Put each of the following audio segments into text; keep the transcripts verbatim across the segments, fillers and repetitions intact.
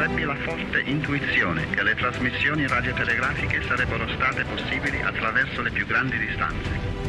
Ebbi la forte intuizione che le trasmissioni radiotelegrafiche sarebbero state possibili attraverso le più grandi distanze.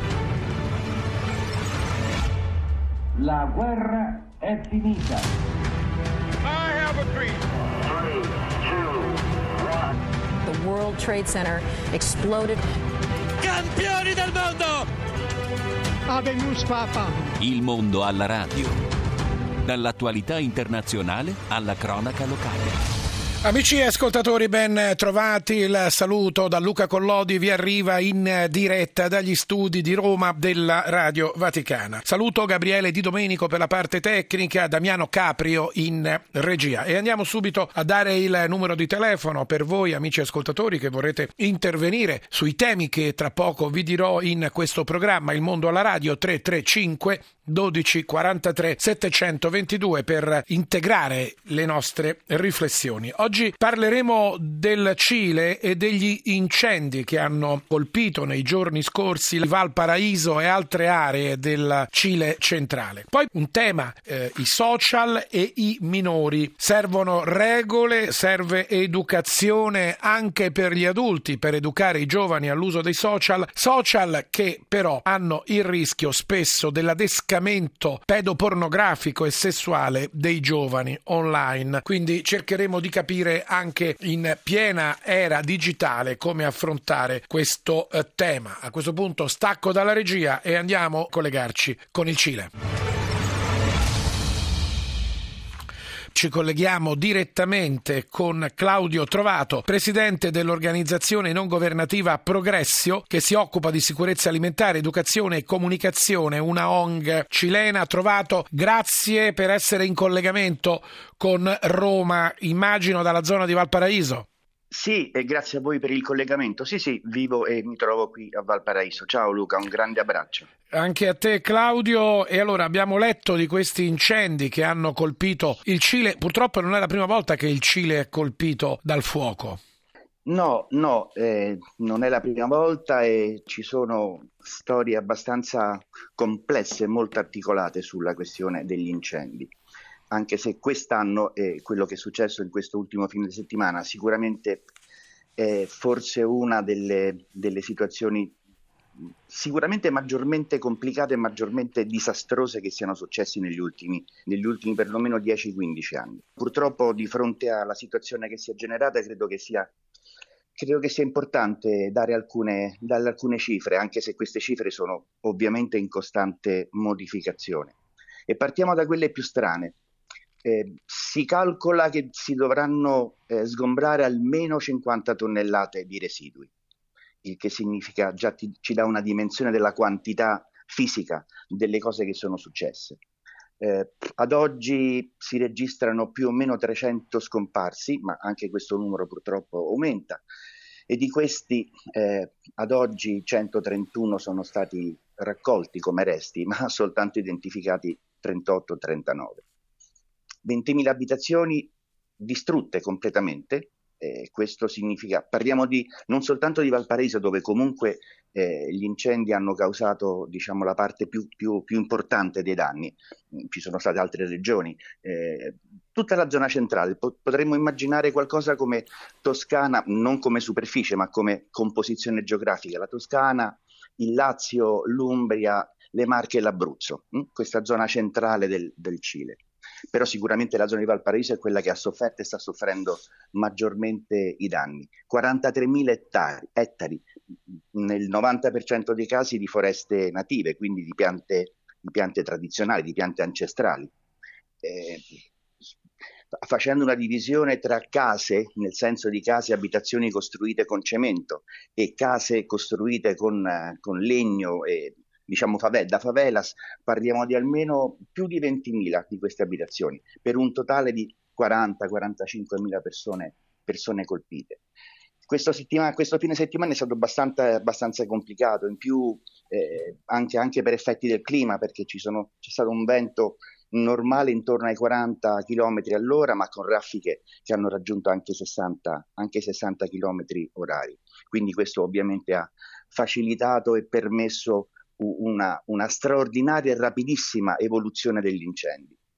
La guerra è finita. I have a dream. three, two, one. The World Trade Center exploded. Campioni del mondo! Habemus Papa. Il mondo alla radio. Dall'attualità internazionale alla cronaca locale. Amici e ascoltatori, ben trovati. Il saluto da Luca Collodi vi arriva in diretta dagli studi di Roma della Radio Vaticana. Saluto Gabriele Di Domenico per la parte tecnica, Damiano Caprio in regia. E andiamo subito a dare il numero di telefono per voi, amici ascoltatori, che vorrete intervenire sui temi che tra poco vi dirò in questo programma Il Mondo alla Radio. Tre tre cinque dodici quarantatré settecentoventidue per integrare le nostre riflessioni. Oggi parleremo del Cile e degli incendi che hanno colpito nei giorni scorsi Valparaíso e altre aree del Cile centrale. Poi un tema, eh, i social e i minori. Servono regole, serve educazione anche per gli adulti per educare i giovani all'uso dei social, social che però hanno il rischio spesso della descarica pedopornografico e sessuale dei giovani online. Quindi cercheremo di capire anche in piena era digitale come affrontare questo eh, tema. A questo punto stacco dalla regia e andiamo a collegarci con il Cile. Ci colleghiamo direttamente con Claudio Trovato, presidente dell'organizzazione non governativa Progressio, che si occupa di sicurezza alimentare, educazione e comunicazione, una O N G cilena. Trovato, grazie per essere in collegamento con Roma, immagino dalla zona di Valparaíso. Sì, e grazie a voi per il collegamento. Sì, sì, vivo e mi trovo qui a Valparaíso. Ciao Luca, un grande abbraccio. Anche a te Claudio. E allora abbiamo letto di questi incendi che hanno colpito il Cile. Purtroppo non è la prima volta che il Cile è colpito dal fuoco. No, no, eh, non è la prima volta e ci sono storie abbastanza complesse e molto articolate sulla questione degli incendi. Anche se quest'anno eh, quello che è successo in questo ultimo fine settimana sicuramente è forse una delle, delle situazioni sicuramente maggiormente complicate e maggiormente disastrose che siano successi negli ultimi, negli ultimi perlomeno dieci quindici anni. Purtroppo di fronte alla situazione che si è generata credo che sia, credo che sia importante dare alcune, dare alcune cifre, anche se queste cifre sono ovviamente in costante modificazione. E partiamo da quelle più strane. Eh, si calcola che si dovranno eh, sgombrare almeno cinquanta tonnellate di residui, il che significa già ti, ci dà una dimensione della quantità fisica delle cose che sono successe. Eh, ad oggi si registrano più o meno trecento scomparsi, ma anche questo numero purtroppo aumenta, e di questi eh, ad oggi centotrentuno sono stati raccolti come resti, ma soltanto identificati trentotto trentanove. ventimila abitazioni distrutte completamente, eh, questo significa, parliamo di non soltanto di Valparaíso dove comunque eh, gli incendi hanno causato diciamo la parte più, più, più importante dei danni, ci sono state altre regioni, eh, tutta la zona centrale, po- potremmo immaginare qualcosa come Toscana, non come superficie ma come composizione geografica, la Toscana, il Lazio, l'Umbria, le Marche e l'Abruzzo, hm? questa zona centrale del, del Cile. Però sicuramente la zona di Valparaíso è quella che ha sofferto e sta soffrendo maggiormente i danni. quarantatremila ettari, ettari nel novanta per cento dei casi di foreste native, quindi di piante, di piante tradizionali, di piante ancestrali. Eh, facendo una divisione tra case, nel senso di case e abitazioni costruite con cemento, e case costruite con, con legno e diciamo favela, da favelas, parliamo di almeno più di ventimila di queste abitazioni, per un totale di quaranta quarantacinquemila persone, persone colpite. Questo, settimana, questo fine settimana è stato abbastanza, abbastanza complicato, in più eh, anche, anche per effetti del clima, perché ci sono, c'è stato un vento normale intorno ai quaranta chilometri all'ora, ma con raffiche che hanno raggiunto anche sessanta, anche sessanta chilometri orari. Quindi questo ovviamente ha facilitato e permesso una, una straordinaria e rapidissima evoluzione degli incendi.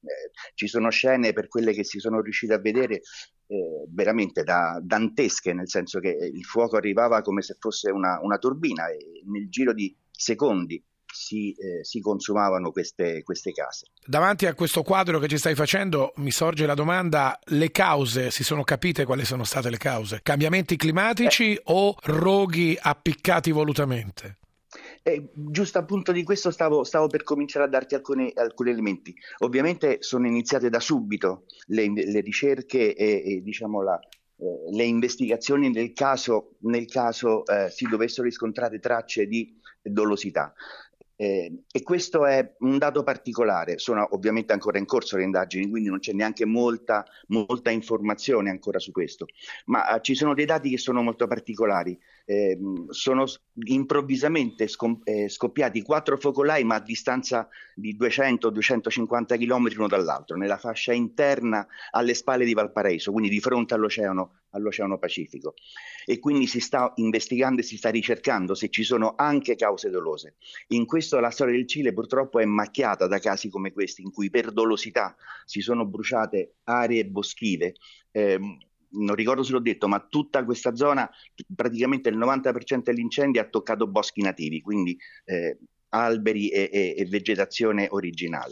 Eh, ci sono scene, per quelle che si sono riusciti a vedere, eh, veramente da, dantesche, nel senso che il fuoco arrivava come se fosse una, una turbina e nel giro di secondi si, eh, si consumavano queste, queste case. Davanti a questo quadro che ci stai facendo mi sorge la domanda: le cause, si sono capite quali sono state le cause? Cambiamenti climatici eh. o roghi appiccati volutamente? Eh, giusto appunto di questo stavo, stavo per cominciare a darti alcuni, alcuni elementi. Ovviamente sono iniziate da subito le, le ricerche e, e diciamo la, eh, le investigazioni nel caso, nel caso eh, si dovessero riscontrare tracce di dolosità. Eh, e questo è un dato particolare. Sono ovviamente ancora in corso le indagini, quindi non c'è neanche molta, molta informazione ancora su questo, ma eh, ci sono dei dati che sono molto particolari. Eh, sono improvvisamente scom- eh, scoppiati quattro focolai, ma a distanza di duecento duecentocinquanta chilometri uno dall'altro, nella fascia interna alle spalle di Valparaíso, quindi di fronte all'oceano, all'oceano Pacifico. E quindi si sta investigando e si sta ricercando se ci sono anche cause dolose. In questo la storia del Cile purtroppo è macchiata da casi come questi, in cui per dolosità si sono bruciate aree boschive. Eh, non ricordo se l'ho detto, ma tutta questa zona, praticamente il novanta per cento degli incendi ha toccato boschi nativi, quindi eh, alberi e, e, e vegetazione originale.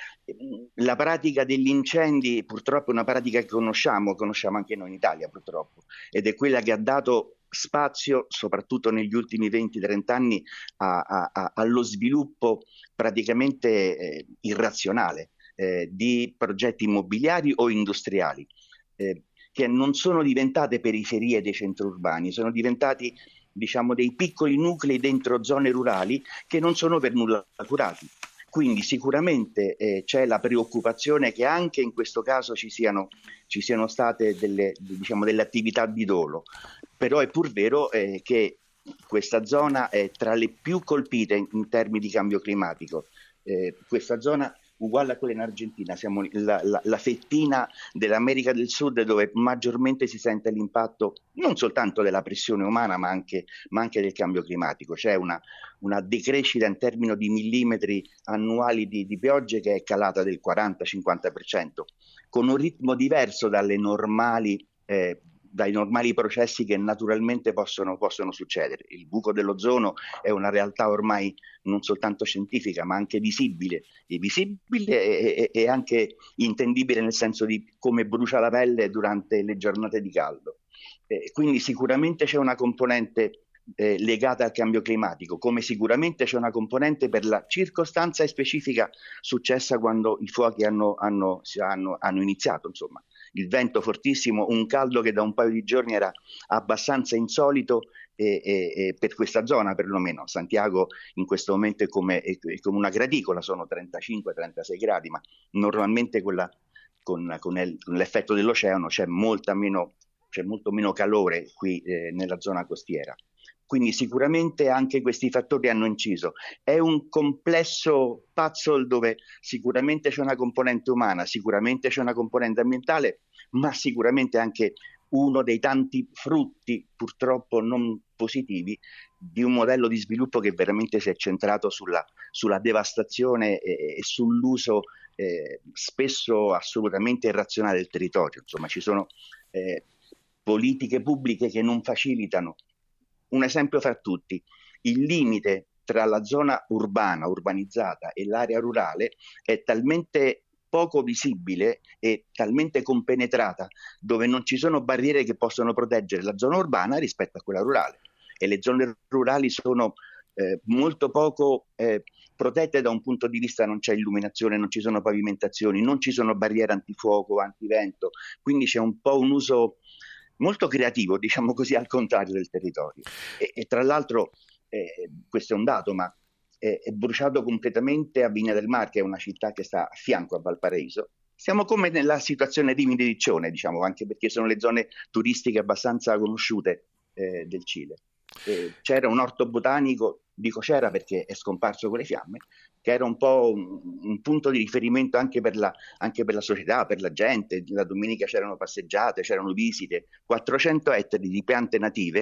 La pratica degli incendi purtroppo è una pratica che conosciamo, conosciamo anche noi in Italia purtroppo, ed è quella che ha dato spazio, soprattutto negli ultimi venti trenta anni, a, a, a, allo sviluppo praticamente eh, irrazionale eh, di progetti immobiliari o industriali, eh, che non sono diventate periferie dei centri urbani, sono diventati, diciamo, dei piccoli nuclei dentro zone rurali che non sono per nulla curati. Quindi sicuramente eh, c'è la preoccupazione che anche in questo caso ci siano, ci siano state delle, diciamo, delle attività di dolo, però è pur vero eh, che questa zona è tra le più colpite in, in termini di cambio climatico. Eh, questa zona, uguale a quella in Argentina, siamo la, la, la fettina dell'America del Sud dove maggiormente si sente l'impatto non soltanto della pressione umana ma anche, ma anche del cambio climatico. C'è una, una decrescita in termini di millimetri annuali di, di piogge che è calata del quaranta cinquanta per cento, con un ritmo diverso dalle normali eh, dai normali processi che naturalmente possono, possono succedere. Il buco dell'ozono è una realtà ormai non soltanto scientifica ma anche visibile, e visibile e, e, e anche intendibile nel senso di come brucia la pelle durante le giornate di caldo. Eh, quindi sicuramente c'è una componente eh, legata al cambio climatico, come sicuramente c'è una componente per la circostanza specifica successa quando i fuochi hanno, hanno, hanno, hanno iniziato, insomma. Il vento fortissimo, un caldo che da un paio di giorni era abbastanza insolito e, e, e per questa zona perlomeno. Santiago in questo momento è come, è, è come una graticola, sono trentacinque trentasei gradi, ma normalmente quella, con, con, el, con l'effetto dell'oceano c'è, molta meno, c'è molto meno calore qui eh, nella zona costiera. Quindi sicuramente anche questi fattori hanno inciso. È un complesso puzzle dove sicuramente c'è una componente umana, sicuramente c'è una componente ambientale, ma sicuramente anche uno dei tanti frutti purtroppo non positivi di un modello di sviluppo che veramente si è centrato sulla, sulla devastazione e, e sull'uso eh, spesso assolutamente irrazionale del territorio. Insomma, ci sono eh, politiche pubbliche che non facilitano. Un esempio fra tutti: il limite tra la zona urbana, urbanizzata e l'area rurale è talmente poco visibile e talmente compenetrata, dove non ci sono barriere che possono proteggere la zona urbana rispetto a quella rurale, e le zone rurali sono eh, molto poco eh, protette da un punto di vista, non c'è illuminazione, non ci sono pavimentazioni, non ci sono barriere antifuoco, antivento, quindi c'è un po' un uso molto creativo, diciamo così, al contrario del territorio. E, e tra l'altro, eh, questo è un dato, ma è, è bruciato completamente a Viña del Mar, che è una città che sta a fianco a Valparaíso. Siamo come nella situazione di Minericcione, diciamo, anche perché sono le zone turistiche abbastanza conosciute eh, del Cile. Eh, c'era un orto botanico, dico c'era perché è scomparso con le fiamme, che era un po' un, un punto di riferimento anche per, la, anche per la società, per la gente. La domenica c'erano passeggiate, c'erano visite, quattrocento ettari di piante native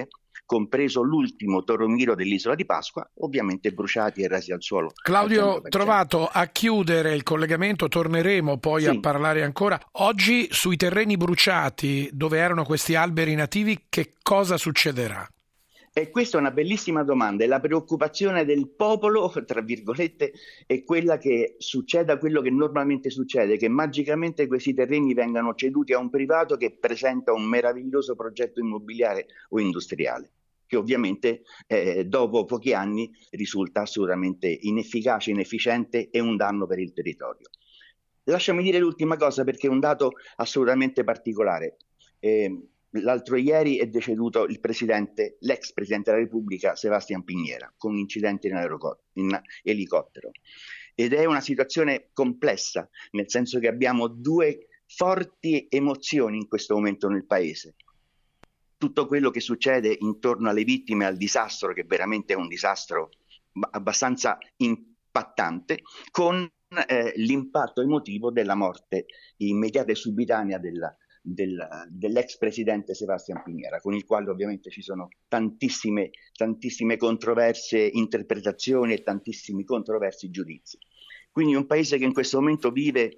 compreso l'ultimo Toromiro dell'isola di Pasqua, ovviamente bruciati e rasi al suolo. Claudio al Trovato, a chiudere il collegamento, torneremo poi sì. a parlare ancora. Oggi sui terreni bruciati dove erano questi alberi nativi, che cosa succederà? E questa è una bellissima domanda, e la preoccupazione del popolo, tra virgolette, è quella che succeda quello che normalmente succede, che magicamente questi terreni vengano ceduti a un privato che presenta un meraviglioso progetto immobiliare o industriale, che ovviamente eh, dopo pochi anni risulta assolutamente inefficace, inefficiente e un danno per il territorio. Lasciami dire l'ultima cosa, perché è un dato assolutamente particolare. Eh, L'altro ieri è deceduto il presidente, l'ex presidente della Repubblica Sebastián Piñera, con un incidente in, aeroco- in elicottero. Ed è una situazione complessa, nel senso che abbiamo due forti emozioni in questo momento nel paese. Tutto quello che succede intorno alle vittime, al disastro, che veramente è un disastro abbastanza impattante, con eh, l'impatto emotivo della morte immediata e subitanea della Del, dell'ex presidente Sebastián Piñera, con il quale ovviamente ci sono tantissime, tantissime controverse interpretazioni e tantissimi controversi giudizi. Quindi un paese che in questo momento vive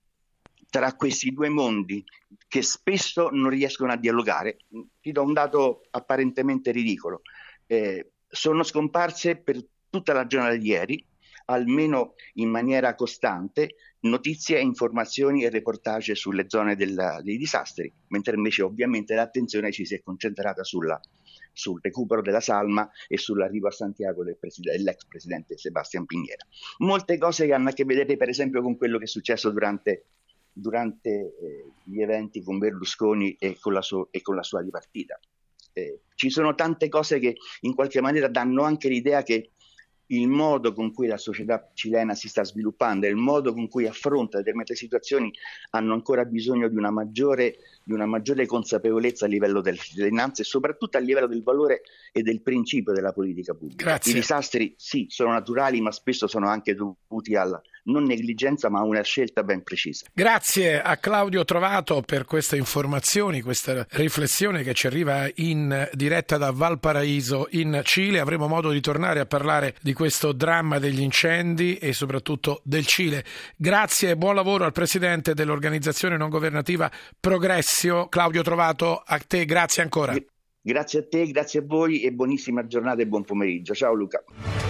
tra questi due mondi che spesso non riescono a dialogare. Ti do un dato apparentemente ridicolo. Eh, sono scomparse per tutta la giornata di ieri, almeno in maniera costante, notizie, informazioni e reportage sulle zone del, dei disastri, mentre invece ovviamente l'attenzione ci si è concentrata sulla, sul recupero della salma e sull'arrivo a Santiago del preside, dell'ex presidente Sebastián Piñera. Molte cose che hanno a che vedere per esempio con quello che è successo durante, durante eh, gli eventi con Berlusconi e con la, so, e con la sua dipartita. Eh, ci sono tante cose che in qualche maniera danno anche l'idea che il modo con cui la società cilena si sta sviluppando e il modo con cui affronta determinate situazioni hanno ancora bisogno di una maggiore, di una maggiore consapevolezza a livello delle cittadinanze e soprattutto a livello del valore e del principio della politica pubblica. Grazie. I disastri sì, sono naturali, ma spesso sono anche dovuti alla non negligenza, ma a una scelta ben precisa. Grazie a Claudio Trovato per queste informazioni, questa riflessione che ci arriva in diretta da Valparaíso in Cile. Avremo modo di tornare a parlare di questo dramma degli incendi e soprattutto del Cile. Grazie e buon lavoro al presidente dell'organizzazione non governativa Progressio, Claudio Trovato. A te, grazie ancora. Grazie a te, grazie a voi e buonissima giornata e buon pomeriggio. Ciao Luca.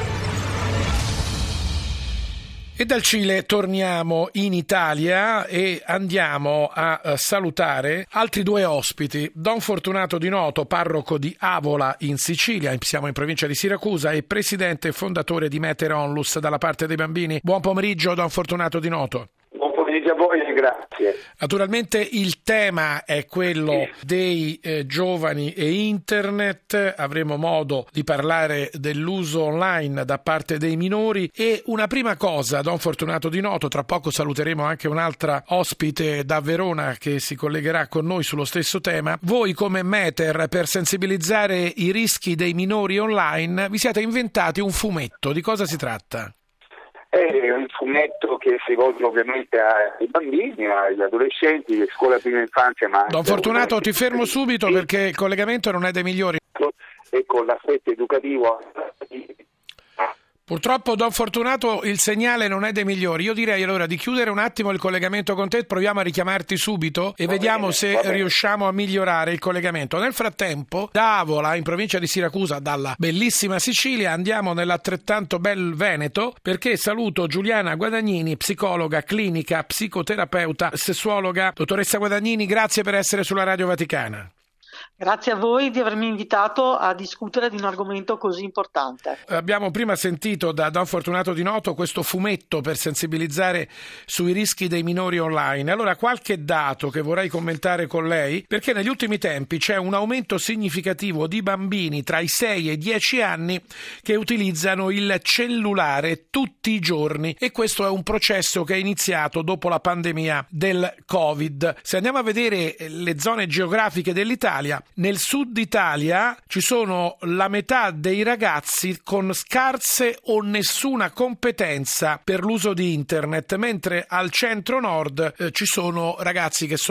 E dal Cile torniamo in Italia e andiamo a salutare altri due ospiti. Don Fortunato Di Noto, parroco di Avola in Sicilia, siamo in provincia di Siracusa, e presidente e fondatore di Meter Onlus dalla parte dei bambini. Buon pomeriggio, Don Fortunato Di Noto. Buon pomeriggio a voi e grazie. Naturalmente il tema è quello dei eh, giovani e internet. Avremo modo di parlare dell'uso online da parte dei minori. E una prima cosa, Don Fortunato Di Noto, tra poco saluteremo anche un'altra ospite da Verona che si collegherà con noi sullo stesso tema. Voi come Meter, per sensibilizzare i rischi dei minori online, vi siete inventati un fumetto. Di cosa si tratta? È un fumetto che si rivolge ovviamente ai bambini, agli adolescenti, alle scuole prima infanzia. Ma Don Fortunato, ti fermo subito sì. perché il collegamento non è dei migliori. E con l'aspetto educativo. Purtroppo, Don Fortunato, il segnale non è dei migliori. Io direi allora di chiudere un attimo il collegamento con te, proviamo a richiamarti subito e va vediamo bene, se riusciamo a migliorare il collegamento. Nel frattempo, da Avola, in provincia di Siracusa, dalla bellissima Sicilia, andiamo nell'altrettanto bel Veneto, perché saluto Giuliana Guadagnini, psicologa, clinica, psicoterapeuta, sessuologa. Dottoressa Guadagnini, grazie per essere sulla Radio Vaticana. Grazie a voi di avermi invitato a discutere di un argomento così importante. Abbiamo prima sentito da Don Fortunato Di Noto questo fumetto per sensibilizzare sui rischi dei minori online. Allora, qualche dato che vorrei commentare con lei, perché negli ultimi tempi c'è un aumento significativo di bambini tra i sei e i dieci anni che utilizzano il cellulare tutti i giorni, e questo è un processo che è iniziato dopo la pandemia del Covid. Se andiamo a vedere le zone geografiche dell'Italia, nel sud Italia ci sono la metà dei ragazzi con scarse o nessuna competenza per l'uso di internet, mentre al centro-nord eh, ci sono ragazzi che sono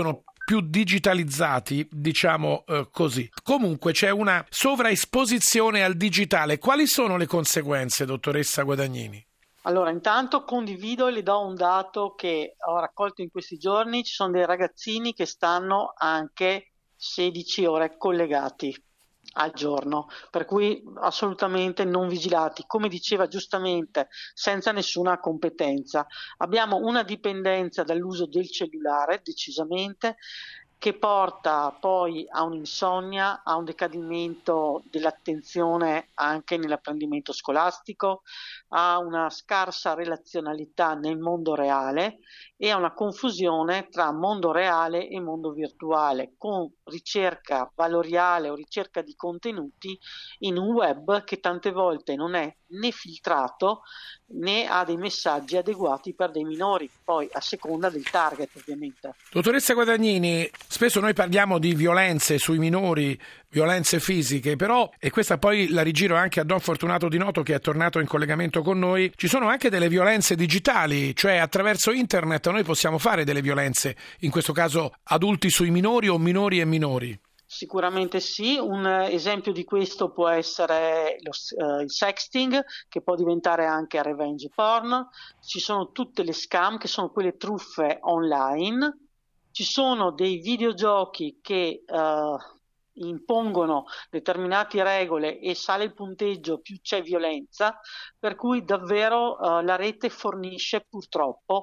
più digitalizzati, diciamo eh, così. Comunque c'è una sovraesposizione al digitale. Quali sono le conseguenze, dottoressa Guadagnini? Allora, intanto condivido e le do un dato che ho raccolto in questi giorni. Ci sono dei ragazzini che stanno anche sedici ore collegati al giorno, per cui assolutamente non vigilati, come diceva giustamente, senza nessuna competenza. Abbiamo una dipendenza dall'uso del cellulare, decisamente, che porta poi a un'insonnia, a un decadimento dell'attenzione anche nell'apprendimento scolastico, a una scarsa relazionalità nel mondo reale e a una confusione tra mondo reale e mondo virtuale, con ricerca valoriale o ricerca di contenuti in un web che tante volte non è né filtrato né ha dei messaggi adeguati per dei minori, poi a seconda del target ovviamente. Dottoressa Guadagnini, spesso noi parliamo di violenze sui minori, violenze fisiche, però, e questa poi la rigiro anche a Don Fortunato Di Noto che è tornato in collegamento con noi, ci sono anche delle violenze digitali, cioè attraverso internet noi possiamo fare delle violenze, in questo caso adulti sui minori o minori e minori. Sicuramente sì, un esempio di questo può essere lo, uh, il sexting, che può diventare anche revenge porn. Ci sono tutte le scam, che sono quelle truffe online. Ci sono dei videogiochi che uh, impongono determinate regole e sale il punteggio più c'è violenza, per cui davvero uh, la rete fornisce purtroppo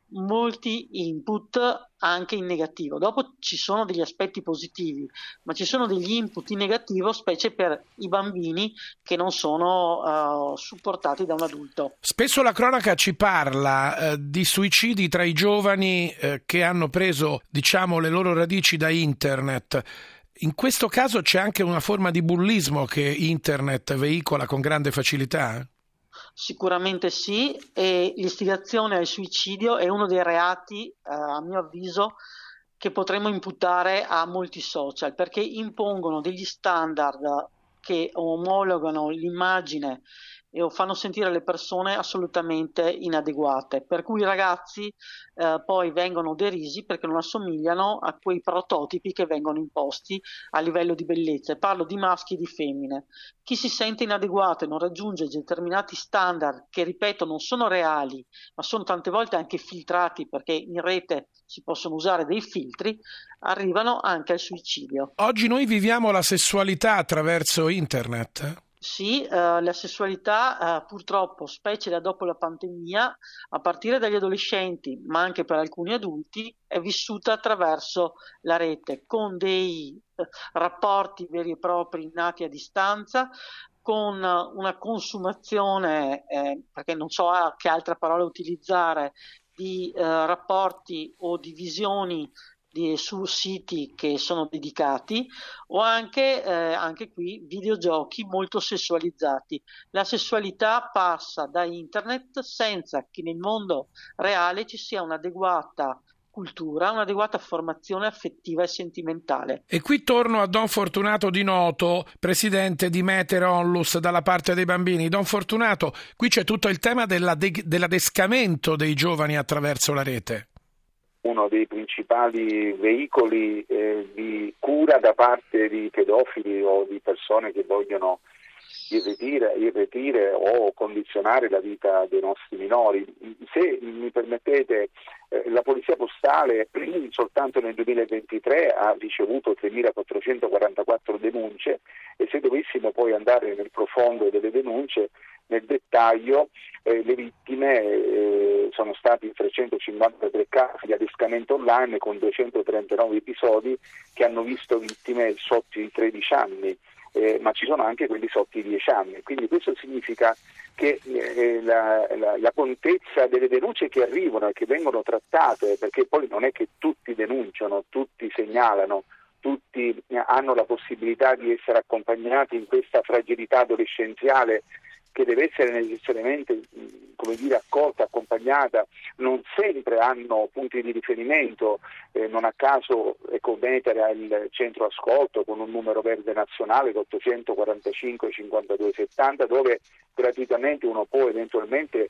molti input anche in negativo. Dopo ci sono degli aspetti positivi, ma ci sono degli input in negativo, specie per i bambini che non sono uh, supportati da un adulto. Spesso la cronaca ci parla eh, di suicidi tra i giovani eh, che hanno preso, diciamo, le loro radici da internet. In questo caso c'è anche una forma di bullismo che internet veicola con grande facilità? Sicuramente sì, e l'istigazione al suicidio è uno dei reati, eh, a mio avviso, che potremmo imputare a molti social, perché impongono degli standard che omologano l'immagine e o fanno sentire le persone assolutamente inadeguate, per cui i ragazzi eh, poi vengono derisi perché non assomigliano a quei prototipi che vengono imposti a livello di bellezza. E parlo di maschi e di femmine. Chi si sente inadeguato e non raggiunge determinati standard che, ripeto, non sono reali, ma sono tante volte anche filtrati, perché in rete si possono usare dei filtri, arrivano anche al suicidio. Oggi noi viviamo la sessualità attraverso internet? Sì, eh, la sessualità eh, purtroppo, specie da dopo la pandemia, a partire dagli adolescenti, ma anche per alcuni adulti, è vissuta attraverso la rete, con dei eh, rapporti veri e propri nati a distanza, con una consumazione, eh, perché non so che altra parola utilizzare, di eh, rapporti o di visioni di, su siti che sono dedicati, o anche, eh, anche qui videogiochi molto sessualizzati. La sessualità passa da internet senza che nel mondo reale ci sia un'adeguata cultura, un'adeguata formazione affettiva e sentimentale. E qui torno a Don Fortunato Di Noto, presidente di Metere Onlus dalla parte dei bambini. Don Fortunato, qui c'è tutto il tema della de- dell'adescamento dei giovani attraverso la rete. Uno dei principali veicoli eh, di cura da parte di pedofili o di persone che vogliono irretire, irretire o condizionare la vita dei nostri minori. Se mi permettete, eh, la Polizia Postale soltanto nel duemilaventitré ha ricevuto tremilaquattrocentoquarantaquattro denunce, e se dovessimo poi andare nel profondo delle denunce, nel dettaglio, eh, le vittime eh, sono stati trecentocinquantatré casi di adescamento online con duecentotrentanove episodi che hanno visto vittime sotto i tredici anni. Eh, ma ci sono anche quelli sotto i dieci anni, quindi questo significa che eh, la, la, la contezza delle denunce che arrivano e che vengono trattate, perché poi non è che tutti denunciano, tutti segnalano, tutti hanno la possibilità di essere accompagnati in questa fragilità adolescenziale che deve essere necessariamente, come dire, accolta, accompagnata, non sempre hanno punti di riferimento, eh, non a caso ecco, Metere ha il centro ascolto con un numero verde nazionale, ottocentoquarantacinque cinquantadue settanta, dove gratuitamente uno può eventualmente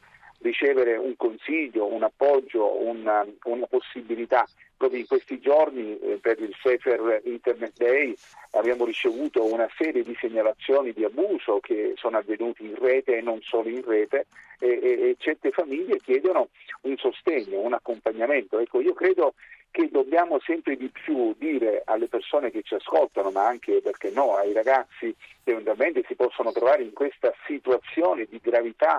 ricevere un consiglio, un appoggio, una, una possibilità. Proprio in questi giorni eh, per il Sefer Internet Day abbiamo ricevuto una serie di segnalazioni di abuso che sono avvenuti in rete e non solo in rete, e, e, e certe famiglie chiedono un sostegno, un accompagnamento. Ecco, io credo che dobbiamo sempre di più dire alle persone che ci ascoltano, ma anche, perché no, ai ragazzi che eventualmente si possono trovare in questa situazione di gravità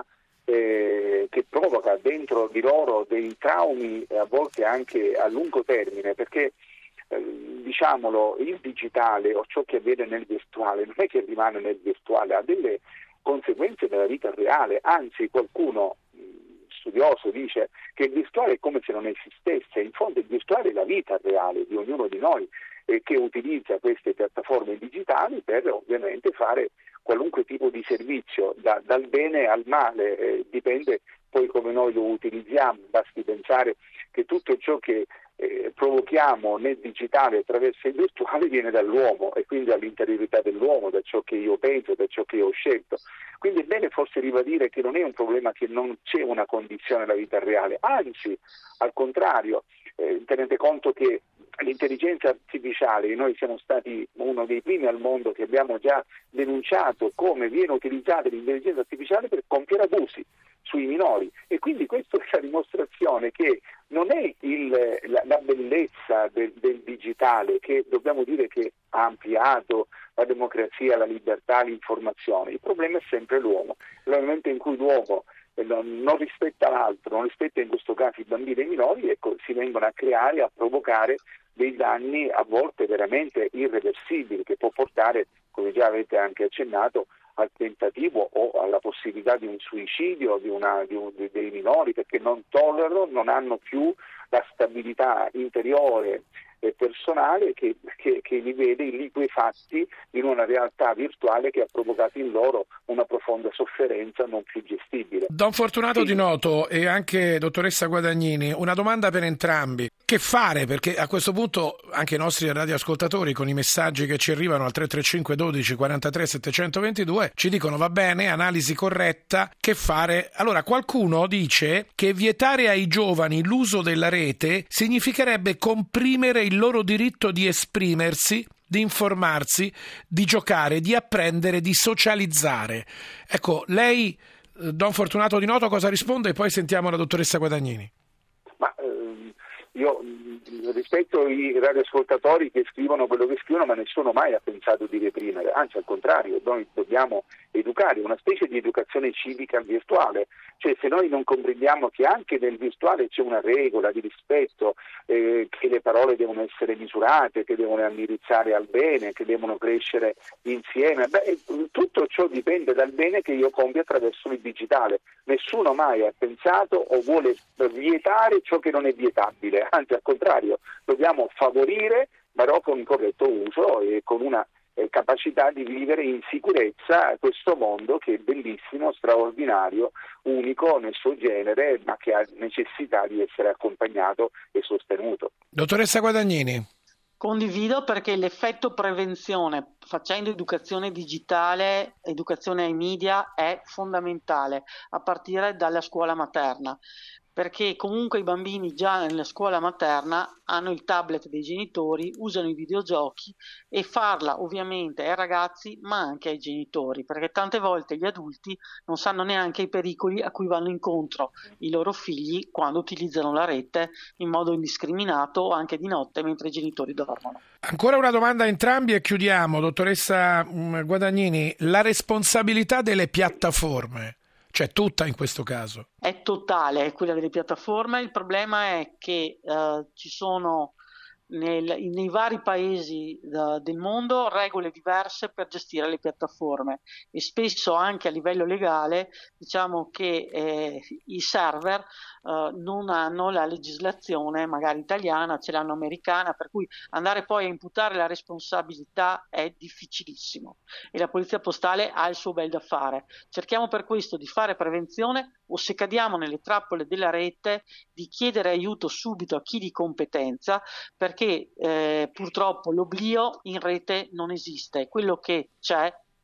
Eh, che provoca dentro di loro dei traumi, a volte anche a lungo termine, perché eh, diciamolo, il digitale o ciò che avviene nel virtuale non è che rimane nel virtuale, ha delle conseguenze nella vita reale. Anzi, qualcuno mh, studioso dice che il virtuale è come se non esistesse. In fondo il virtuale è la vita reale di ognuno di noi, eh, che utilizza queste piattaforme digitali per ovviamente fare qualunque tipo di servizio, da, dal bene al male, eh, dipende poi come noi lo utilizziamo. Basti pensare che tutto ciò che eh, provochiamo nel digitale attraverso il virtuale viene dall'uomo e quindi dall'interiorità dell'uomo, da ciò che io penso, da ciò che io ho scelto. Quindi è bene forse ribadire che non è un problema che non c'è una condizione nella vita reale, anzi, al contrario, eh, tenete conto che l'intelligenza artificiale, noi siamo stati uno dei primi al mondo che abbiamo già denunciato come viene utilizzata l'intelligenza artificiale per compiere abusi sui minori, e quindi questa è la dimostrazione che non è il, la, la bellezza del, del digitale, che dobbiamo dire che ha ampliato la democrazia, la libertà, l'informazione. Il problema è sempre l'uomo. Nel momento in cui l'uomo non rispetta l'altro, non rispetta in questo caso i bambini e i minori, ecco, si vengono a creare, a provocare dei danni a volte veramente irreversibili, che può portare, come già avete anche accennato, al tentativo o alla possibilità di un suicidio di una, di un, di, dei minori, perché non tollerano, non hanno più la stabilità interiore e personale che, che, che li vede liquefatti in una realtà virtuale che ha provocato in loro una profonda sofferenza non più gestibile. Don Fortunato Di Noto e anche dottoressa Guadagnini, una domanda per entrambi. Che fare? Perché a questo punto anche i nostri radioascoltatori, con i messaggi che ci arrivano al tre tre cinque dodici quarantatré settecentoventidue, ci dicono va bene, analisi corretta, che fare? Allora, qualcuno dice che vietare ai giovani l'uso della rete significherebbe comprimere il loro diritto di esprimersi, di informarsi, di giocare, di apprendere, di socializzare. Ecco, lei, Don Fortunato Di Noto, cosa risponde? E poi sentiamo la dottoressa Guadagnini. Ma ehm, io rispetto ai radioascoltatori che scrivono quello che scrivono, ma nessuno mai ha pensato di reprimere, anzi al contrario, noi dobbiamo educare, una specie di educazione civica virtuale, cioè se noi non comprendiamo che anche nel virtuale c'è una regola di rispetto, eh, che le parole devono essere misurate, che devono indirizzare al bene, che devono crescere insieme, beh, tutto ciò dipende dal bene che io compio attraverso il digitale. Nessuno mai ha pensato o vuole vietare ciò che non è vietabile, anzi al contrario, dobbiamo favorire, però con il corretto uso e con una eh, capacità di vivere in sicurezza questo mondo che è bellissimo, straordinario, unico nel suo genere, ma che ha necessità di essere accompagnato e sostenuto. Dottoressa Guadagnini. Condivido, perché l'effetto prevenzione facendo educazione digitale, educazione ai media è fondamentale, a partire dalla scuola materna, perché comunque i bambini già nella scuola materna hanno il tablet dei genitori, usano i videogiochi, e farla ovviamente ai ragazzi ma anche ai genitori, perché tante volte gli adulti non sanno neanche i pericoli a cui vanno incontro i loro figli quando utilizzano la rete in modo indiscriminato o anche di notte mentre i genitori dormono. Ancora una domanda a entrambi e chiudiamo. Dottoressa Guadagnini, la responsabilità delle piattaforme, cioè tutta in questo caso? È totale, è quella delle piattaforme. Il problema è che eh, ci sono nel, nei vari paesi uh, del mondo regole diverse per gestire le piattaforme, e spesso anche a livello legale diciamo che eh, i server uh, non hanno la legislazione magari italiana, ce l'hanno americana, per cui andare poi a imputare la responsabilità è difficilissimo e la polizia postale ha il suo bel da fare. Cerchiamo per questo di fare prevenzione, o se cadiamo nelle trappole della rete di chiedere aiuto subito a chi di competenza, perché eh, purtroppo l'oblio in rete non esiste, quello che c'è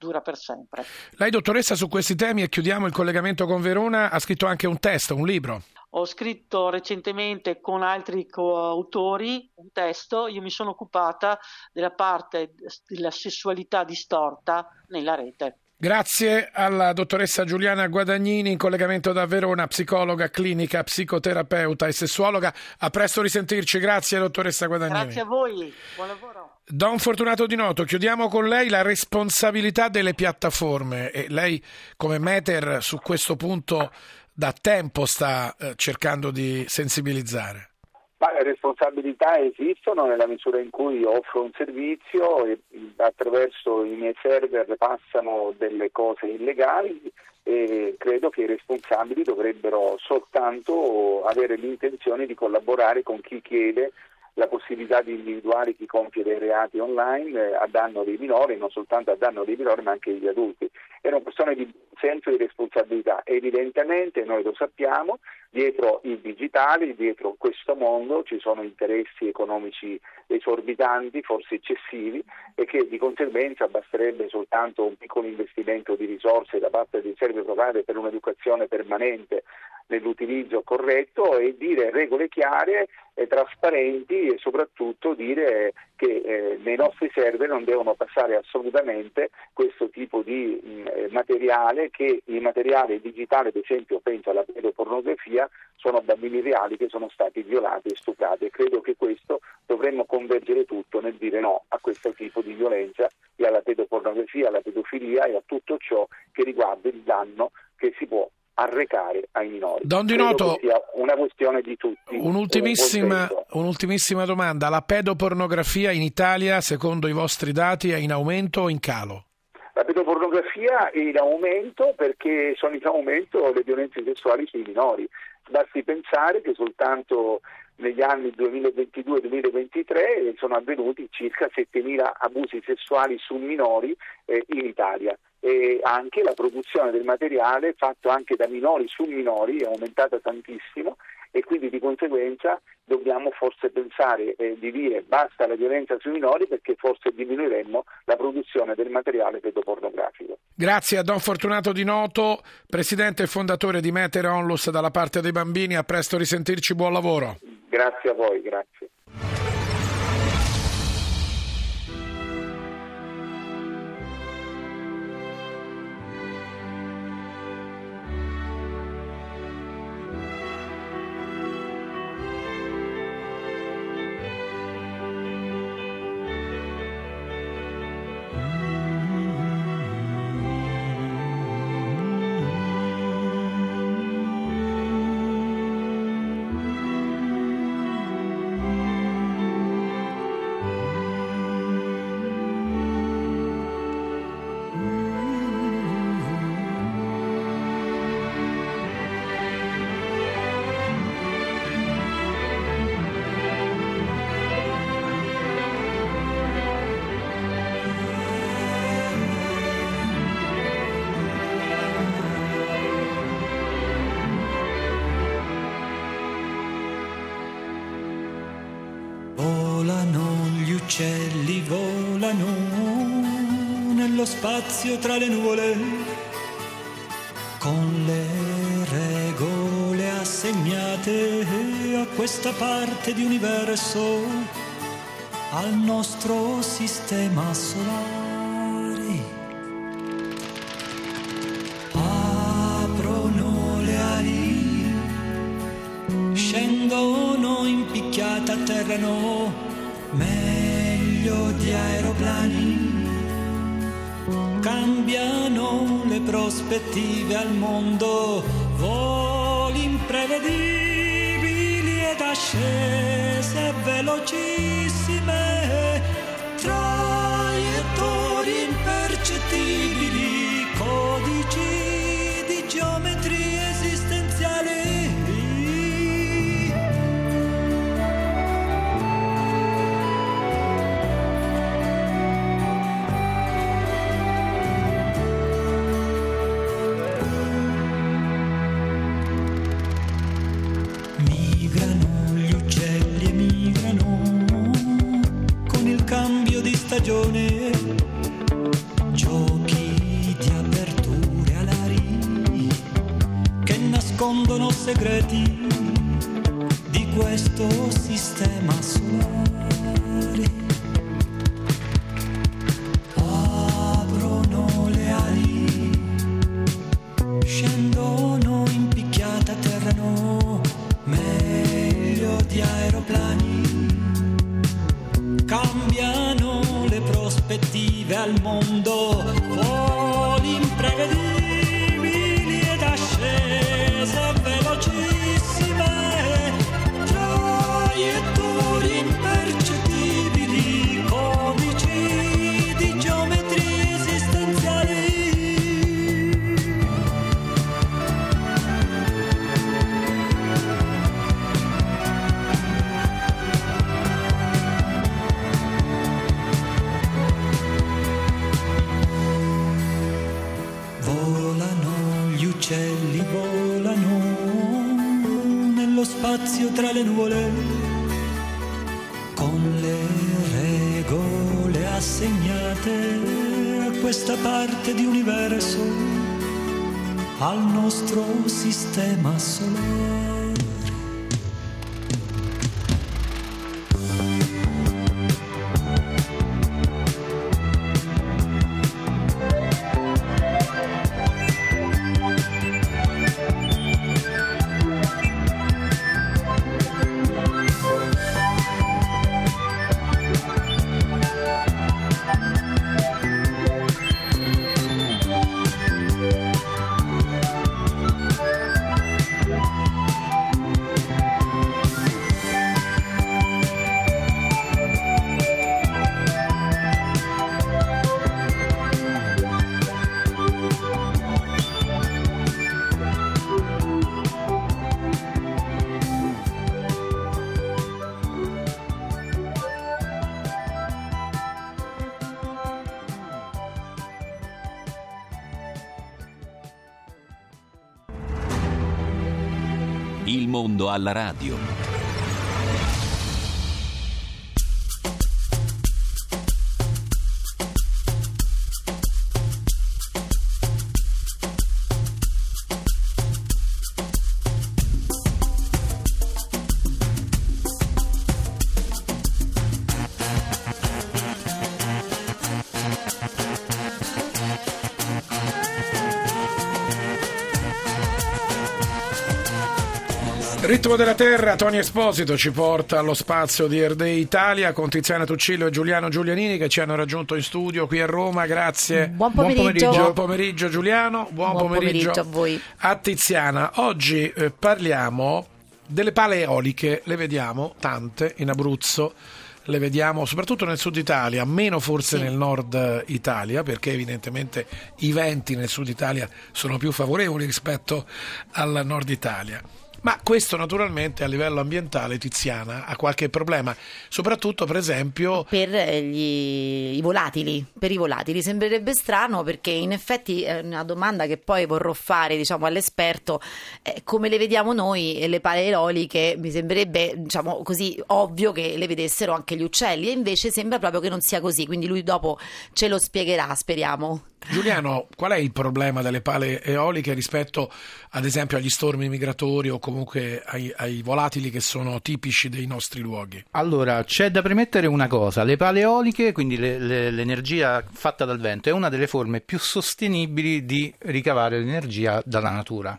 dura per sempre. Lei, dottoressa, su questi temi, e chiudiamo il collegamento con Verona, ha scritto anche un testo, un libro. Ho scritto recentemente con altri coautori un testo. Io mi sono occupata della parte della sessualità distorta nella rete. Grazie alla dottoressa Giuliana Guadagnini, in collegamento da Verona, psicologa clinica, psicoterapeuta e sessuologa. A presto risentirci. Grazie, dottoressa Guadagnini. Grazie a voi, buon lavoro. Don Fortunato Di Noto, chiudiamo con lei la responsabilità delle piattaforme. E lei, come Meter, su questo punto da tempo sta eh, cercando di sensibilizzare. Ma le responsabilità esistono nella misura in cui offro un servizio e attraverso i miei server passano delle cose illegali, e credo che i responsabili dovrebbero soltanto avere l'intenzione di collaborare con chi chiede la possibilità di individuare chi compie dei reati online eh, a danno dei minori, non soltanto a danno dei minori ma anche degli adulti. È una questione di senso di responsabilità. Evidentemente, noi lo sappiamo, dietro il digitale, dietro questo mondo ci sono interessi economici esorbitanti, forse eccessivi, e che di conseguenza basterebbe soltanto un piccolo investimento di risorse da parte dei service provider per un'educazione permanente nell'utilizzo corretto e dire regole chiare e trasparenti, e soprattutto dire che eh, nei nostri server non devono passare assolutamente questo tipo di mh, materiale, che il materiale digitale, ad esempio penso alla pedopornografia, sono bambini reali che sono stati violati e stuprati, e credo che questo dovremmo convergere tutto nel dire no a questo tipo di violenza e alla pedopornografia, alla pedofilia e a tutto ciò che riguarda il danno che si può arrecare ai minori. Don Di Noto, sia una questione di tutti. Un'ultimissima, un'ultimissima domanda. La pedopornografia in Italia, secondo i vostri dati, è in aumento o in calo? La pedopornografia è in aumento perché sono in aumento le violenze sessuali sui minori. Basti pensare che soltanto negli anni duemilaventidue duemilaventitré sono avvenuti circa settemila abusi sessuali su minori eh, in Italia. E anche la produzione del materiale fatto anche da minori su minori è aumentata tantissimo, e quindi di conseguenza dobbiamo forse pensare eh, di dire basta la violenza sui minori, perché forse diminuiremmo la produzione del materiale pedopornografico. Grazie a Don Fortunato Di Noto, presidente e fondatore di Meter Onlus dalla parte dei bambini. A presto risentirci, buon lavoro. Grazie a voi, grazie. uccelli volano nello spazio tra le nuvole, con le regole assegnate a questa parte di universo, al nostro sistema solare. Aprono le ali, scendono in picchiata, atterrano meglio di aeroplani, cambiano le prospettive al mondo, voli imprevedibili ed ascese velocissime, traiettorie impercettibili, codici di geometrie esistenziali. Cambio di stagione, giochi nascondono segreti di questo sistema solare. Aprono le ali, scendono in picchiata, atterrano meglio di aeroplani, cambiano le prospettive al mondo, voli imprevedibili ed ascese velocissime, traiettorie impercettibili, codici di geometrie esistenziali. Uccelli volano nello spazio tra le nuvole, con le regole assegnate a questa parte di universo, al nostro sistema solare. Il mondo alla radio. Ritmo della Terra, Tony Esposito ci porta allo spazio di Air Day Italia con Tiziana Tuccillo e Giuliano Giulianini che ci hanno raggiunto in studio qui a Roma. Grazie. Buon pomeriggio. Buon pomeriggio, buon pomeriggio Giuliano, buon, buon pomeriggio, pomeriggio a voi. A Tiziana. Oggi eh, parliamo delle pale eoliche, le vediamo tante in Abruzzo. Le vediamo soprattutto nel sud Italia, meno forse sì. nel nord Italia, perché evidentemente i venti nel sud Italia sono più favorevoli rispetto al nord Italia. Ma questo naturalmente a livello ambientale, Tiziana, ha qualche problema, soprattutto per esempio per gli, i volatili. Per i volatili sembrerebbe strano, perché in effetti è una domanda che poi vorrò fare, diciamo, all'esperto, eh, come le vediamo noi le pale eoliche. Mi sembrerebbe, diciamo così, ovvio che le vedessero anche gli uccelli, e invece sembra proprio che non sia così, quindi lui dopo ce lo spiegherà, speriamo. Giuliano, qual è il problema delle pale eoliche rispetto ad esempio agli stormi migratori o comunque ai, ai volatili che sono tipici dei nostri luoghi? Allora, c'è da premettere una cosa: le pale eoliche, quindi le, le, l'energia fatta dal vento, è una delle forme più sostenibili di ricavare l'energia dalla natura.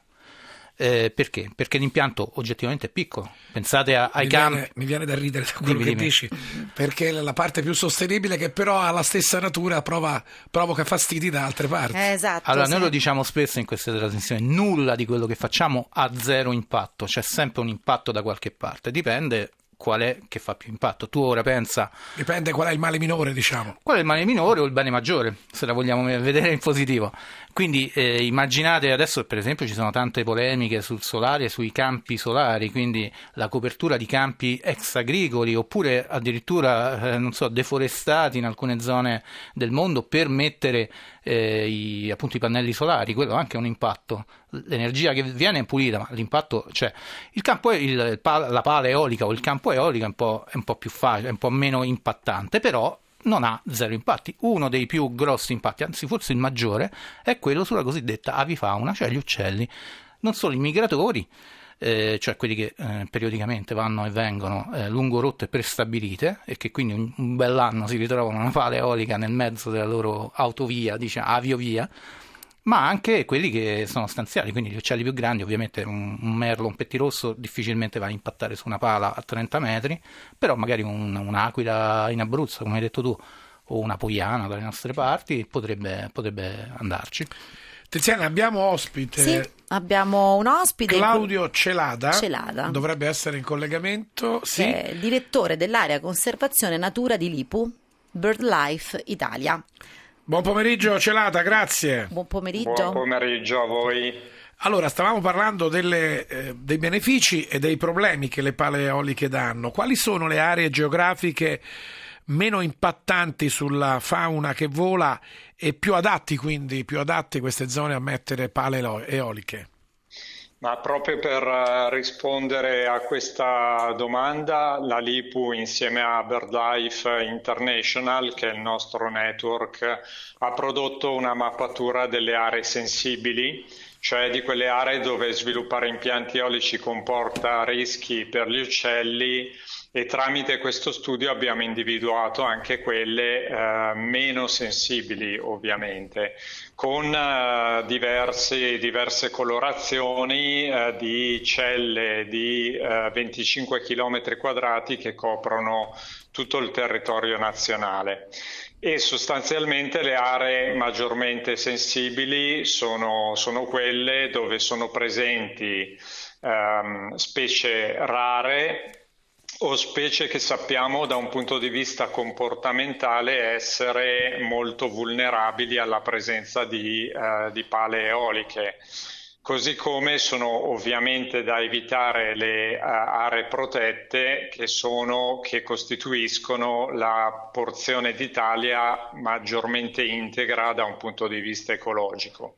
Eh, perché? Perché l'impianto oggettivamente è piccolo. Pensate a, ai mi campi. Viene, mi viene da ridere da quello dimmi, che dimmi. dici, perché la parte più sostenibile, che però ha la stessa natura, prova, provoca fastidi da altre parti. Eh, esatto. Allora, sì. noi lo diciamo spesso in queste trasmissioni: nulla di quello che facciamo ha zero impatto, c'è sempre un impatto da qualche parte, dipende qual è che fa più impatto. Tu ora pensa, dipende qual è il male minore, diciamo. Qual è il male minore o il bene maggiore, se la vogliamo vedere in positivo. Quindi eh, immaginate adesso, per esempio, ci sono tante polemiche sul solare e sui campi solari, quindi la copertura di campi exagricoli oppure addirittura eh, non so, deforestati in alcune zone del mondo per mettere eh, i, appunto i pannelli solari. Quello anche è un impatto. L'energia che viene è pulita, ma l'impatto c'è. Il campo è il, il, la pala eolica o il campo eolico è un po', è un po' più facile, è un po' meno impattante, però non ha zero impatti. Uno dei più grossi impatti, anzi forse il maggiore, è quello sulla cosiddetta avifauna, cioè gli uccelli non solo i migratori, eh, cioè quelli che eh, periodicamente vanno e vengono eh, lungo rotte prestabilite e che quindi un, un bell'anno si ritrovano una pala eolica nel mezzo della loro autovia, diciamo, aviovia, ma anche quelli che sono stanziali, quindi gli uccelli più grandi. Ovviamente un, un merlo, un pettirosso difficilmente va a impattare su una pala a trenta metri, però magari un, un'aquila in Abruzzo, come hai detto tu, o una poiana dalle nostre parti potrebbe, potrebbe andarci. Tiziana, abbiamo ospite. Sì, abbiamo un ospite. Claudio Celada. Celada. Dovrebbe essere in collegamento. Sì. È il direttore dell'area conservazione natura di Lipu, BirdLife Italia. Buon pomeriggio Celada, grazie. Buon pomeriggio. Buon pomeriggio a voi. Allora, stavamo parlando delle, eh, dei benefici e dei problemi che le pale eoliche danno. Quali sono le aree geografiche meno impattanti sulla fauna che vola e più adatti, quindi più adatte queste zone a mettere pale eoliche? Ma proprio per rispondere a questa domanda, la Lipu insieme a BirdLife International, che è il nostro network, ha prodotto una mappatura delle aree sensibili, cioè di quelle aree dove sviluppare impianti eolici comporta rischi per gli uccelli, e tramite questo studio abbiamo individuato anche quelle eh, meno sensibili, ovviamente, con eh, diversi, diverse colorazioni eh, di celle di eh, venticinque chilometri quadrati che coprono tutto il territorio nazionale. E sostanzialmente le aree maggiormente sensibili sono, sono quelle dove sono presenti ehm, specie rare o specie che sappiamo da un punto di vista comportamentale essere molto vulnerabili alla presenza di, eh, di pale eoliche. Così come sono ovviamente da evitare le uh, aree protette che, sono, che costituiscono la porzione d'Italia maggiormente integra da un punto di vista ecologico.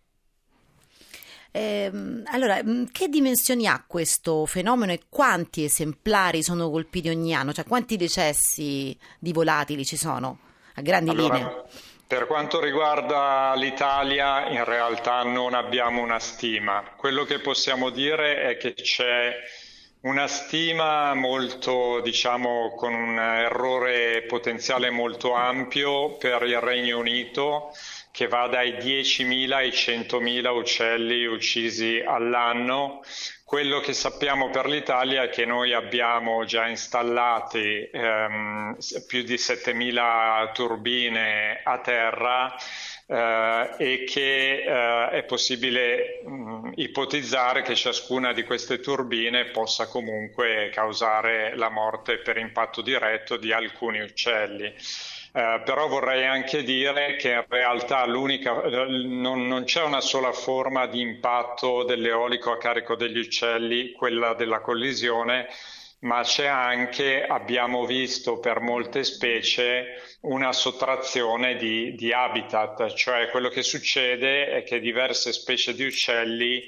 Eh, allora, che dimensioni ha questo fenomeno e quanti esemplari sono colpiti ogni anno? Cioè, quanti decessi di volatili ci sono a grandi allora, linee? Per quanto riguarda l'Italia, in realtà non abbiamo una stima. Quello che possiamo dire è che c'è una stima molto, diciamo, con un errore potenziale molto ampio per il Regno Unito, che va dai diecimila ai centomila uccelli uccisi all'anno. Quello che sappiamo per l'Italia è che noi abbiamo già installati ehm, più di settemila turbine a terra eh, e che eh, è possibile mh, ipotizzare che ciascuna di queste turbine possa comunque causare la morte per impatto diretto di alcuni uccelli. Uh, però vorrei anche dire che in realtà l'unica, non, non c'è una sola forma di impatto dell'eolico a carico degli uccelli, quella della collisione, ma c'è anche, abbiamo visto per molte specie, una sottrazione di, di habitat, cioè quello che succede è che diverse specie di uccelli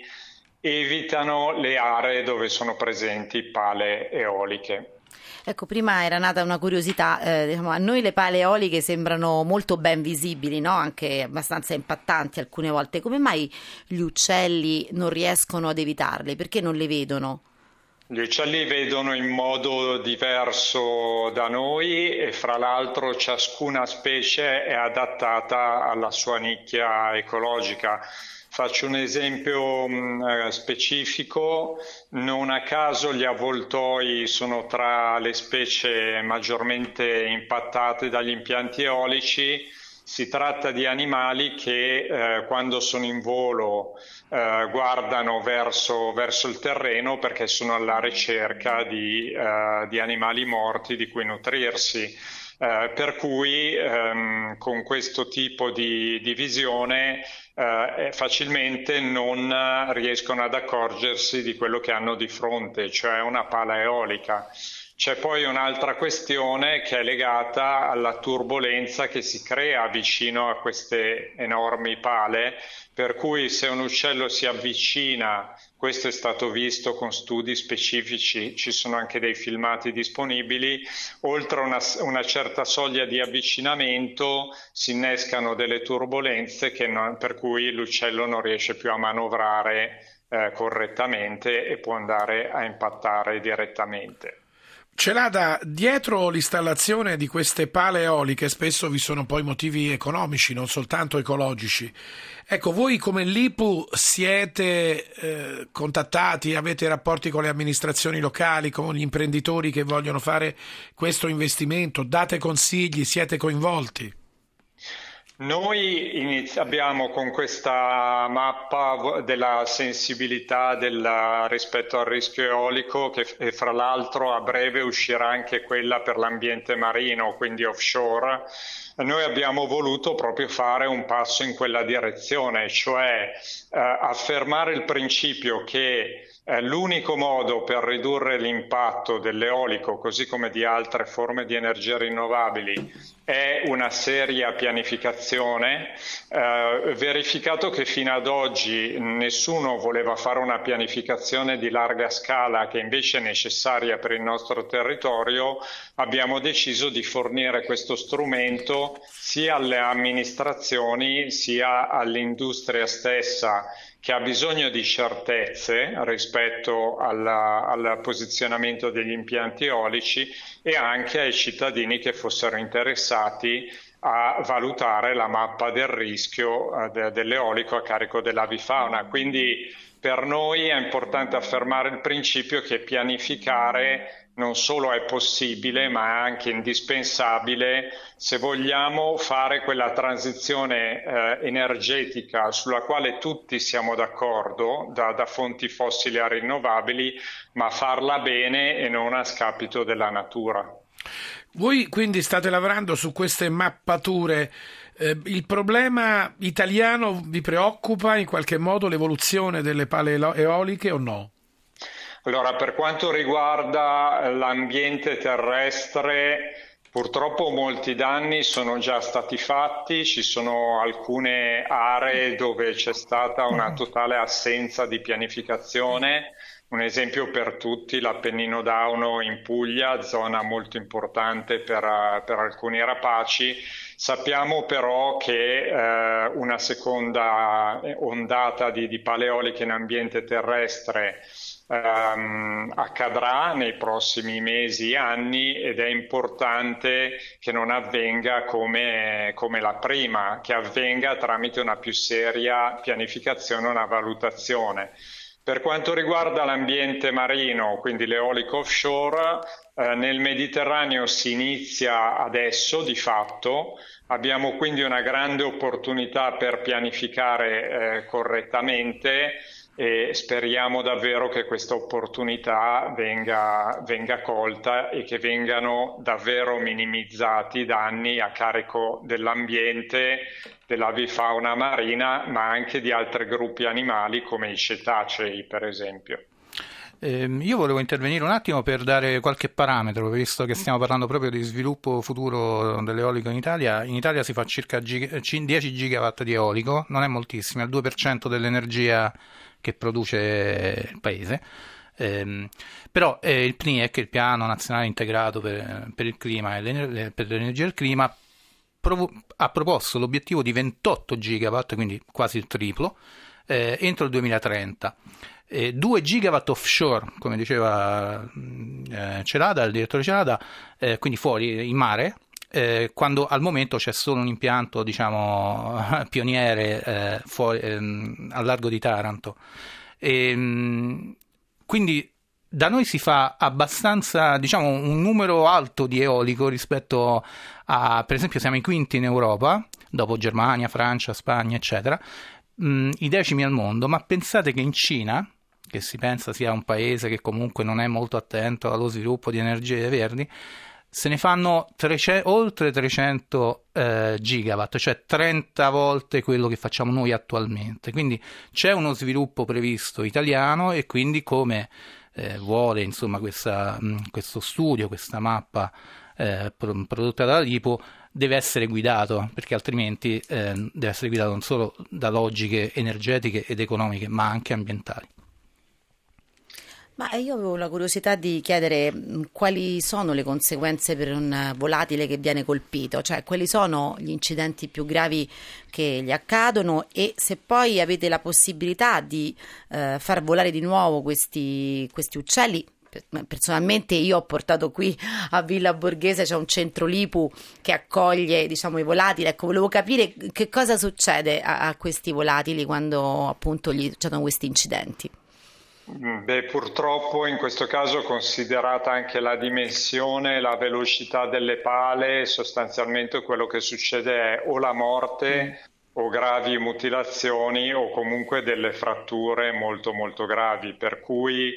evitano le aree dove sono presenti pale eoliche. Ecco, prima era nata una curiosità, eh, diciamo, a noi le pale eoliche sembrano molto ben visibili, no? Anche abbastanza impattanti alcune volte. Come mai gli uccelli non riescono ad evitarle? Perché non le vedono? Gli uccelli vedono in modo diverso da noi e fra l'altro ciascuna specie è adattata alla sua nicchia ecologica. Faccio un esempio mh, specifico, non a caso gli avvoltoi sono tra le specie maggiormente impattate dagli impianti eolici. Si tratta di animali che eh, quando sono in volo eh, guardano verso, verso il terreno perché sono alla ricerca di, eh, di animali morti di cui nutrirsi. Uh, per cui um, con questo tipo di, di visione uh, facilmente non uh, riescono ad accorgersi di quello che hanno di fronte, cioè una pala eolica. C'è poi un'altra questione che è legata alla turbolenza che si crea vicino a queste enormi pale, per cui se un uccello si avvicina, questo è stato visto con studi specifici, ci sono anche dei filmati disponibili, oltre una, una certa soglia di avvicinamento si innescano delle turbolenze che non, per cui l'uccello non riesce più a manovrare eh, correttamente e può andare a impattare direttamente. Celada, dietro l'installazione di queste pale eoliche spesso vi sono poi motivi economici, non soltanto ecologici. Ecco, voi come l'I P U siete eh, contattati, avete rapporti con le amministrazioni locali, con gli imprenditori che vogliono fare questo investimento, date consigli, siete coinvolti? Noi inizi- abbiamo con questa mappa della sensibilità del, rispetto al rischio eolico, che e fra l'altro a breve uscirà anche quella per l'ambiente marino, quindi offshore. Noi abbiamo voluto proprio fare un passo in quella direzione, cioè eh, affermare il principio che eh, l'unico modo per ridurre l'impatto dell'eolico, così come di altre forme di energie rinnovabili, è una seria pianificazione, eh, verificato che fino ad oggi nessuno voleva fare una pianificazione di larga scala che invece è necessaria per il nostro territorio. Abbiamo deciso di fornire questo strumento sia alle amministrazioni sia all'industria stessa, che ha bisogno di certezze rispetto alla, al posizionamento degli impianti eolici, e anche ai cittadini che fossero interessati a valutare la mappa del rischio eh, de, dell'eolico a carico dell'avifauna. Quindi per noi è importante affermare il principio che pianificare non solo è possibile, ma è anche indispensabile se vogliamo fare quella transizione eh, energetica sulla quale tutti siamo d'accordo, da, da fonti fossili a rinnovabili, ma farla bene e non a scapito della natura. Voi quindi state lavorando su queste mappature. Eh, il problema italiano vi preoccupa in qualche modo, l'evoluzione delle pale eoliche o no? Allora, per quanto riguarda l'ambiente terrestre, purtroppo molti danni sono già stati fatti, ci sono alcune aree dove c'è stata una totale assenza di pianificazione. Un esempio per tutti, l'Appennino d'Auno in Puglia, zona molto importante per, per alcuni rapaci. Sappiamo però che eh, una seconda ondata di, di pale eoliche in ambiente terrestre Um, accadrà nei prossimi mesi e anni, ed è importante che non avvenga come, come la prima, che avvenga tramite una più seria pianificazione, una valutazione. Per quanto riguarda l'ambiente marino, quindi l'eolico offshore, eh, nel Mediterraneo si inizia adesso di fatto. Abbiamo quindi una grande opportunità per pianificare eh, correttamente, e speriamo davvero che questa opportunità venga, venga colta e che vengano davvero minimizzati i danni a carico dell'ambiente, dell'avifauna marina, ma anche di altri gruppi animali come i cetacei, per esempio. Eh, io volevo intervenire un attimo per dare qualche parametro, visto che stiamo parlando proprio di sviluppo futuro dell'eolico in Italia. In Italia si fa circa dieci gigawatt di eolico, non è moltissimo, è il due per cento dell'energia che produce il paese, eh, però eh, il P N I E C, il Piano Nazionale Integrato per, per il Clima e l'ener- per l'Energia e il Clima, provo- ha proposto l'obiettivo di ventotto gigawatt, quindi quasi il triplo, eh, entro il duemilatrenta. Eh, due gigawatt offshore, come diceva eh, Celada, il direttore Celada, eh, quindi fuori in mare, eh, quando al momento c'è solo un impianto, diciamo, pioniere eh, fuori, ehm, al largo di Taranto. E, mh, quindi da noi si fa abbastanza, diciamo, un numero alto di eolico rispetto a, per esempio, siamo i quinti in Europa, dopo Germania, Francia, Spagna, eccetera, mh, i decimi al mondo, ma pensate che in Cina, che si pensa sia un paese che comunque non è molto attento allo sviluppo di energie verdi, se ne fanno trecento, oltre trecento eh, gigawatt, cioè trenta volte quello che facciamo noi attualmente. Quindi c'è uno sviluppo previsto italiano, e quindi come eh, vuole, insomma, questa, mh, questo studio, questa mappa eh, prodotta dalla L I P U, deve essere guidato, perché altrimenti eh, deve essere guidato non solo da logiche energetiche ed economiche, ma anche ambientali. Ma io avevo la curiosità di chiedere mh, quali sono le conseguenze per un volatile che viene colpito, cioè quali sono gli incidenti più gravi che gli accadono e se poi avete la possibilità di eh, far volare di nuovo questi, questi uccelli. Personalmente io ho portato qui a Villa Borghese, c'è un centro Lipu che accoglie, diciamo, i volatili. Ecco, volevo capire che cosa succede a, a questi volatili quando appunto gli succedono questi incidenti. Beh, purtroppo in questo caso, considerata anche la dimensione e la velocità delle pale, sostanzialmente quello che succede è o la morte mm. o gravi mutilazioni o comunque delle fratture molto molto gravi, per cui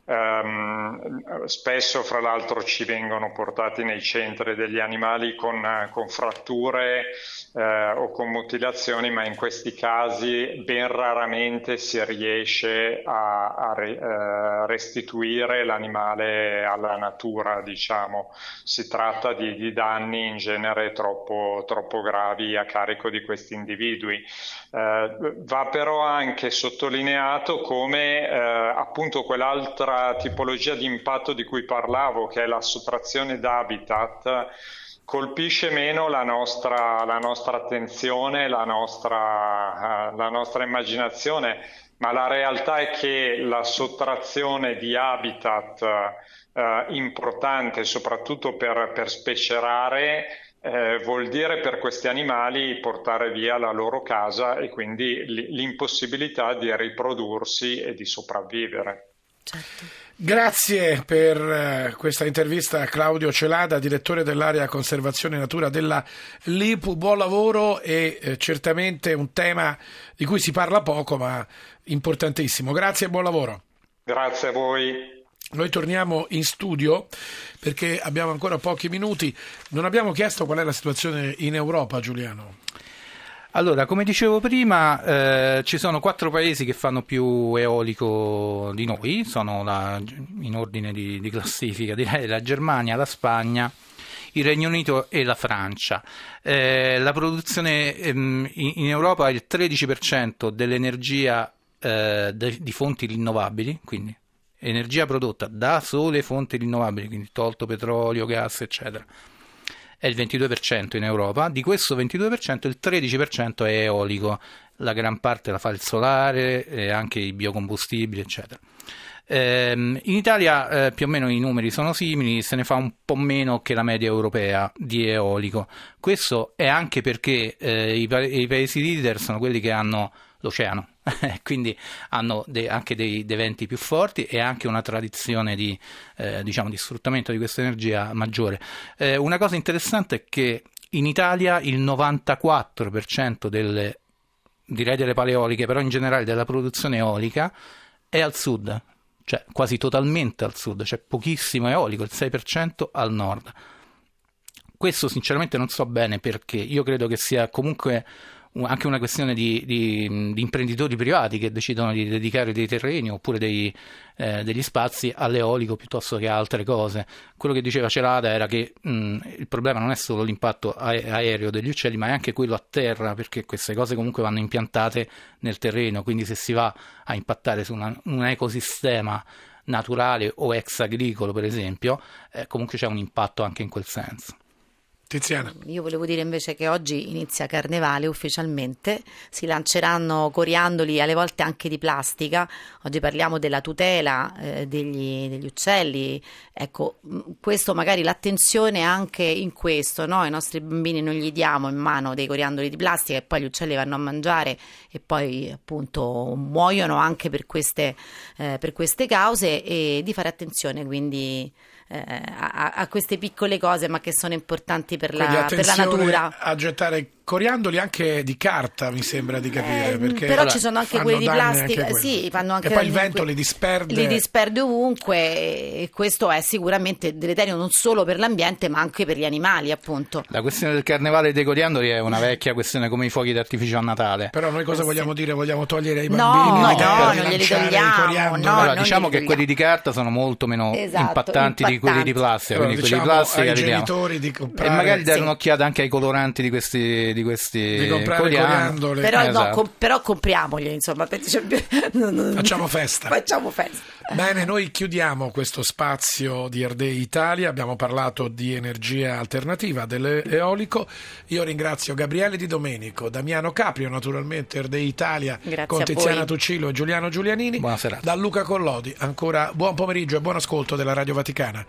Um, spesso fra l'altro ci vengono portati nei centri degli animali con, con fratture eh, o con mutilazioni, ma in questi casi ben raramente si riesce a, a re, eh, restituire l'animale alla natura, diciamo. Si tratta di, di danni in genere troppo, troppo gravi a carico di questi individui. Eh, va però anche sottolineato come eh, appunto quell'altra tipologia di impatto di cui parlavo, che è la sottrazione d'habitat, colpisce meno la nostra, la nostra attenzione, la nostra, uh, la nostra immaginazione, ma la realtà è che la sottrazione di habitat uh, importante, soprattutto per, per specie rare, Eh, vuol dire per questi animali portare via la loro casa e quindi l'impossibilità di riprodursi e di sopravvivere. Certo. Grazie per questa intervista a Claudio Celada, direttore dell'area conservazione natura della Lipu. Buon lavoro e eh, certamente un tema di cui si parla poco ma importantissimo. Grazie e buon lavoro. Grazie a voi. Noi torniamo in studio perché abbiamo ancora pochi minuti. Non abbiamo chiesto qual è la situazione in Europa, Giuliano. Allora, come dicevo prima, eh, ci sono quattro paesi che fanno più eolico di noi, sono la, in ordine di, di classifica, direi la Germania, la Spagna, il Regno Unito e la Francia. Eh, la produzione ehm, in, in Europa è il tredici per cento dell'energia eh, de, di fonti rinnovabili, quindi energia prodotta da sole fonti rinnovabili, quindi tolto petrolio, gas, eccetera, è il ventidue per cento in Europa. Di questo ventidue per cento il tredici per cento è eolico, la gran parte la fa il solare e anche i biocombustibili, eccetera. Ehm, in Italia eh, più o meno i numeri sono simili, se ne fa un po' meno che la media europea di eolico. Questo è anche perché eh, i, pa- i paesi leader sono quelli che hanno l'oceano, quindi hanno de- anche dei, dei venti più forti e anche una tradizione di, eh, diciamo, di sfruttamento di questa energia maggiore. Eh, una cosa interessante è che in Italia il novantaquattro per cento delle, direi delle paleoliche, però in generale della produzione eolica è al sud, cioè quasi totalmente al sud, c'è pochissimo eolico, il sei per cento al nord. Questo sinceramente non so bene perché, io credo che sia comunque anche una questione di, di, di imprenditori privati che decidono di dedicare dei terreni oppure dei, eh, degli spazi all'eolico piuttosto che a altre cose. Quello che diceva Celada era che mh, il problema non è solo l'impatto aereo degli uccelli, ma è anche quello a terra, perché queste cose comunque vanno impiantate nel terreno, quindi se si va a impattare su una, un ecosistema naturale o ex agricolo, per esempio, eh, comunque c'è un impatto anche in quel senso. Tiziana. Io volevo dire invece che oggi inizia Carnevale ufficialmente, si lanceranno coriandoli alle volte anche di plastica. Oggi parliamo della tutela eh, degli, degli uccelli, ecco, questo magari l'attenzione anche in questo, no? I nostri bambini non gli diamo in mano dei coriandoli di plastica e poi gli uccelli vanno a mangiare e poi appunto muoiono anche per queste, eh, per queste cause, e di fare attenzione quindi eh, a, a queste piccole cose ma che sono importanti per la, per la natura. A gettare coriandoli anche di carta, mi sembra di capire, eh, perché però ci sono anche quelli di plastica, anche sì, fanno anche e poi il danni, vento li disperde li disperde ovunque, e questo è sicuramente deleterio non solo per l'ambiente ma anche per gli animali, appunto. La questione del carnevale dei coriandoli è una vecchia questione come i fuochi d'artificio a Natale. Però noi cosa eh, vogliamo sì. dire? Vogliamo togliere ai no, bambini no, l'idea di non glieli lanciare togliamo, i coriandoli? no, allora, diciamo che togliamo. quelli di carta sono molto meno esatto, impattanti, impattanti di quelli di plastica, allora, quindi diciamo quelli di plastica ai li genitori di e comprare, magari dare sì. un'occhiata anche ai coloranti di questi, di di questi di comprare coriandoli. coriandoli. Però, Esatto. no, com- però compriamogli, insomma, cioè, non- non- Facciamo festa. Facciamo festa. Bene, noi chiudiamo questo spazio di Air Day Italia, abbiamo parlato di energia alternativa, dell'eolico. Io ringrazio Gabriele Di Domenico, Damiano Caprio, naturalmente Air Day Italia, Grazie con a Tiziana voi. Tuccillo e Giuliano Giulianini. Buona serata. Da Luca Collodi, ancora buon pomeriggio e buon ascolto della Radio Vaticana.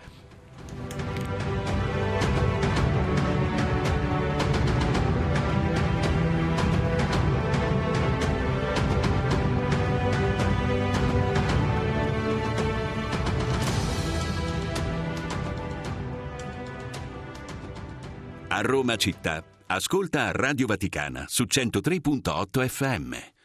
A Roma città, ascolta Radio Vaticana su centotré virgola otto F M.